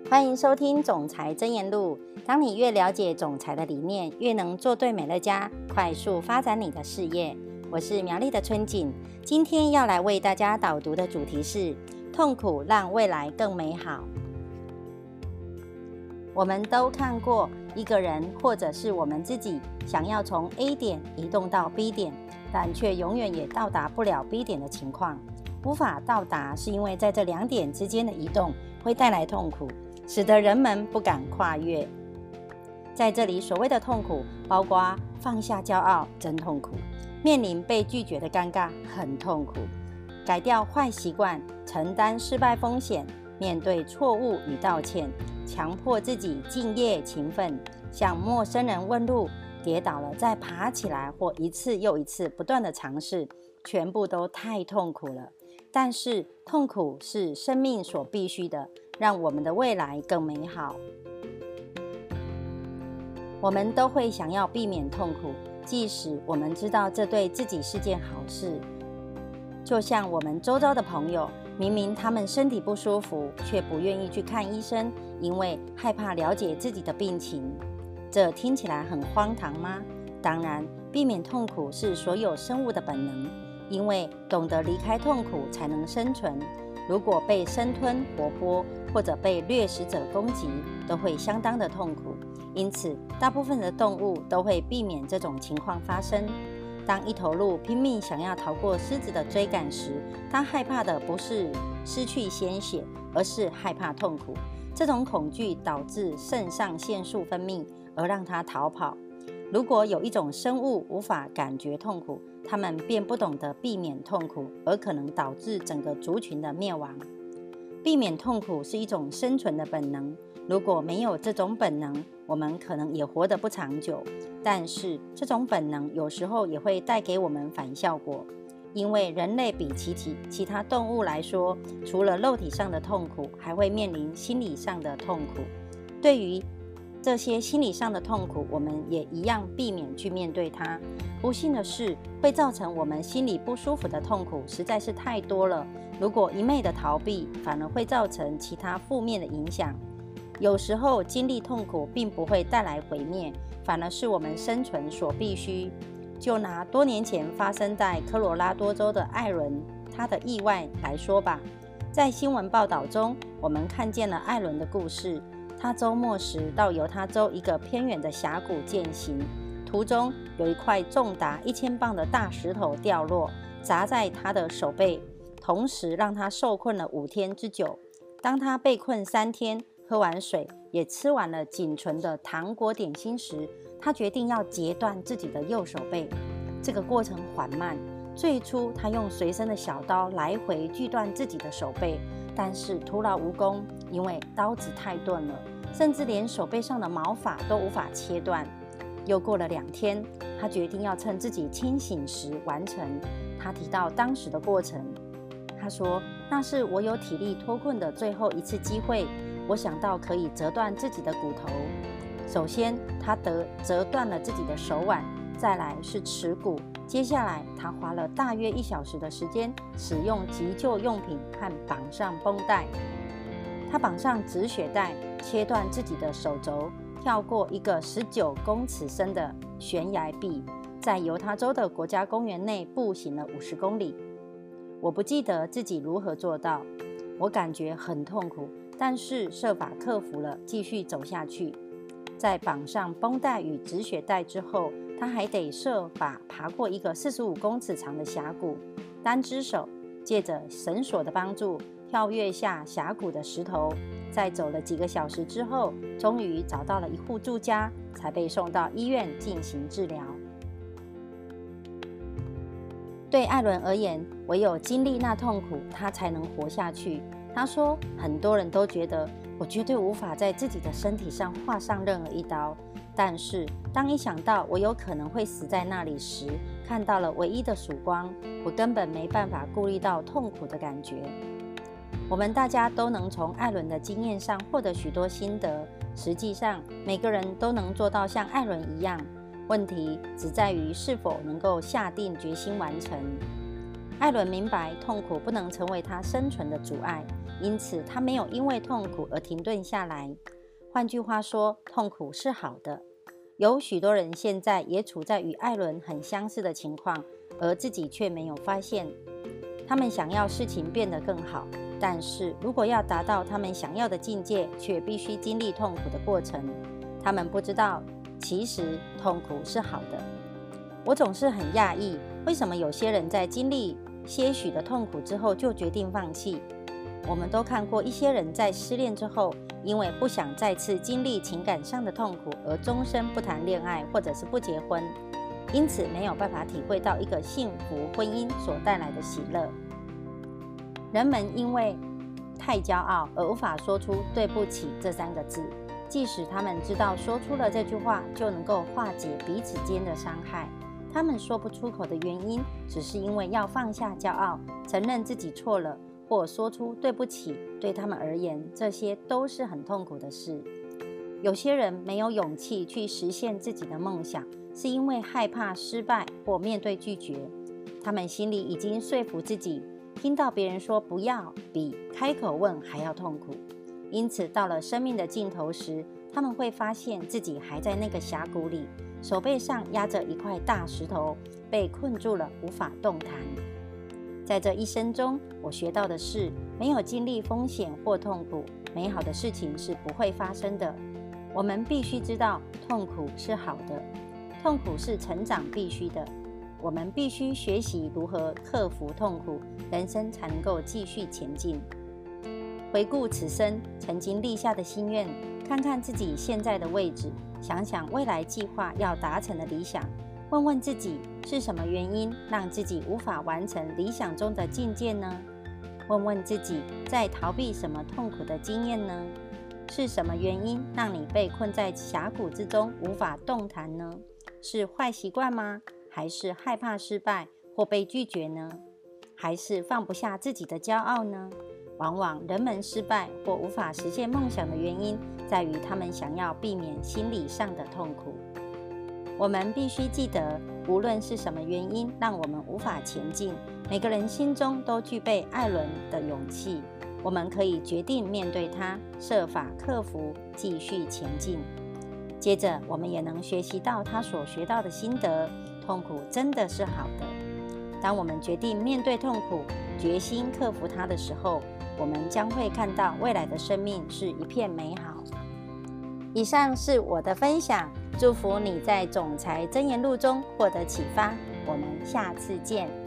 欢迎收听总裁真言录。当你越了解总裁的理念，越能做对美乐家，快速发展你的事业。我是苗栗的春景，今天要来为大家导读的主题是痛苦让未来更美好。我们都看过一个人或者是我们自己想要从 A 点移动到 B 点，但却永远也到达不了 B 点的情况。无法到达是因为在这两点之间的移动会带来痛苦，使得人们不敢跨越。在这里所谓的痛苦包括放下骄傲真痛苦，面临被拒绝的尴尬很痛苦，改掉坏习惯，承担失败风险，面对错误与道歉，强迫自己敬业勤奋，向陌生人问路，跌倒了再爬起来，或一次又一次不断的尝试，全部都太痛苦了。但是痛苦是生命所必须的，让我们的未来更美好。我们都会想要避免痛苦，即使我们知道这对自己是件好事。就像我们周遭的朋友，明明他们身体不舒服，却不愿意去看医生，因为害怕了解自己的病情。这听起来很荒唐吗？当然，避免痛苦是所有生物的本能，因为懂得离开痛苦才能生存。如果被生吞活剥，或者被掠食者攻击，都会相当的痛苦。因此，大部分的动物都会避免这种情况发生。当一头鹿拼命想要逃过狮子的追赶时，它害怕的不是失去鲜血，而是害怕痛苦。这种恐惧导致肾上腺素分泌，而让它逃跑。如果有一种生物无法感觉痛苦，它们便不懂得避免痛苦，而可能导致整个族群的灭亡。避免痛苦是一种生存的本能，如果没有这种本能，我们可能也活得不长久。但是这种本能有时候也会带给我们反效果，因为人类比其他动物来说，除了肉体上的痛苦，还会面临心理上的痛苦。对于这些心理上的痛苦，我们也一样避免去面对它。不幸的是，会造成我们心里不舒服的痛苦实在是太多了，如果一昧的逃避，反而会造成其他负面的影响。有时候经历痛苦并不会带来毁灭，反而是我们生存所必须。就拿多年前发生在科罗拉多州的艾伦他的意外来说吧，在新闻报道中，我们看见了艾伦的故事。他周末时到犹他州一个偏远的峡谷健行，途中有一块重达1000磅的大石头掉落，砸在他的手背，同时让他受困了5天之久。当他被困3天，喝完水，也吃完了仅存的糖果点心时，他决定要截断自己的右手背。这个过程缓慢，最初他用随身的小刀来回锯断自己的手背，但是徒劳无功，因为刀子太钝了，甚至连手背上的毛发都无法切断。又过了2天，他决定要趁自己清醒时完成。他提到当时的过程，他说：“那是我有体力脱困的最后一次机会。我想到可以折断自己的骨头。首先，他折断了自己的手腕，再来是耻骨。接下来，他花了大约1小时的时间，使用急救用品和绑上绷带。他绑上止血带，切断自己的手肘，跳过一个19公尺深的悬崖壁，在犹他州的国家公园内步行了50公里。我不记得自己如何做到，我感觉很痛苦，但是设法克服了，继续走下去。在绑上绷带与止血带之后，他还得设法爬过一个45公尺长的峡谷，单只手借着绳索的帮助跳跃下峡谷的石头。在走了几个小时之后，终于找到了一户住家，才被送到医院进行治疗。对艾伦而言，唯有经历那痛苦，他才能活下去。他说，很多人都觉得我绝对无法在自己的身体上划上任何一刀，但是当一想到我有可能会死在那里时，看到了唯一的曙光，我根本没办法顾虑到痛苦的感觉。我们大家都能从艾伦的经验上获得许多心得，实际上每个人都能做到像艾伦一样，问题只在于是否能够下定决心完成。艾伦明白痛苦不能成为他生存的阻碍， 因此他没有因为痛苦而停顿下来。换句话说，痛苦是好的。有许多人现在也处在与艾伦很相似的情况，而自己却没有发现。他们想要事情变得更好，但是如果要达到他们想要的境界，却必须经历痛苦的过程。他们不知道，其实痛苦是好的。我总是很讶异，为什么有些人在经历些许的痛苦之后就决定放弃。我们都看过一些人在失恋之后，因为不想再次经历情感上的痛苦而终身不谈恋爱或者是不结婚，因此没有办法体会到一个幸福婚姻所带来的喜乐。人们因为太骄傲而无法说出对不起这3个字，即使他们知道说出了这句话就能够化解彼此间的伤害，他们说不出口的原因只是因为要放下骄傲，承认自己错了，或说出对不起。对他们而言，这些都是很痛苦的事。有些人没有勇气去实现自己的梦想，是因为害怕失败或面对拒绝。他们心里已经说服自己，听到别人说不要比开口问还要痛苦。因此到了生命的尽头时，他们会发现自己还在那个峡谷里，手背上压着一块大石头，被困住了，无法动弹。在这一生中，我学到的是，没有经历风险或痛苦，美好的事情是不会发生的。我们必须知道，痛苦是好的，痛苦是成长必须的。我们必须学习如何克服痛苦，人生才能够继续前进。回顾此生曾经立下的心愿，看看自己现在的位置，想想未来计划要达成的理想，问问自己是什么原因让自己无法完成理想中的境界呢？问问自己在逃避什么痛苦的经验呢？是什么原因让你被困在峡谷之中无法动弹呢？是坏习惯吗？还是害怕失败或被拒绝呢？还是放不下自己的骄傲呢？往往人们失败或无法实现梦想的原因，在于他们想要避免心理上的痛苦。我们必须记得，无论是什么原因让我们无法前进，每个人心中都具备艾伦的勇气。我们可以决定面对它，设法克服，继续前进。接着，我们也能学习到他所学到的心得。痛苦真的是好的。当我们决定面对痛苦，决心克服它的时候，我们将会看到未来的生命是一片美好。以上是我的分享，祝福你在总裁箴言录中获得启发。我们下次见。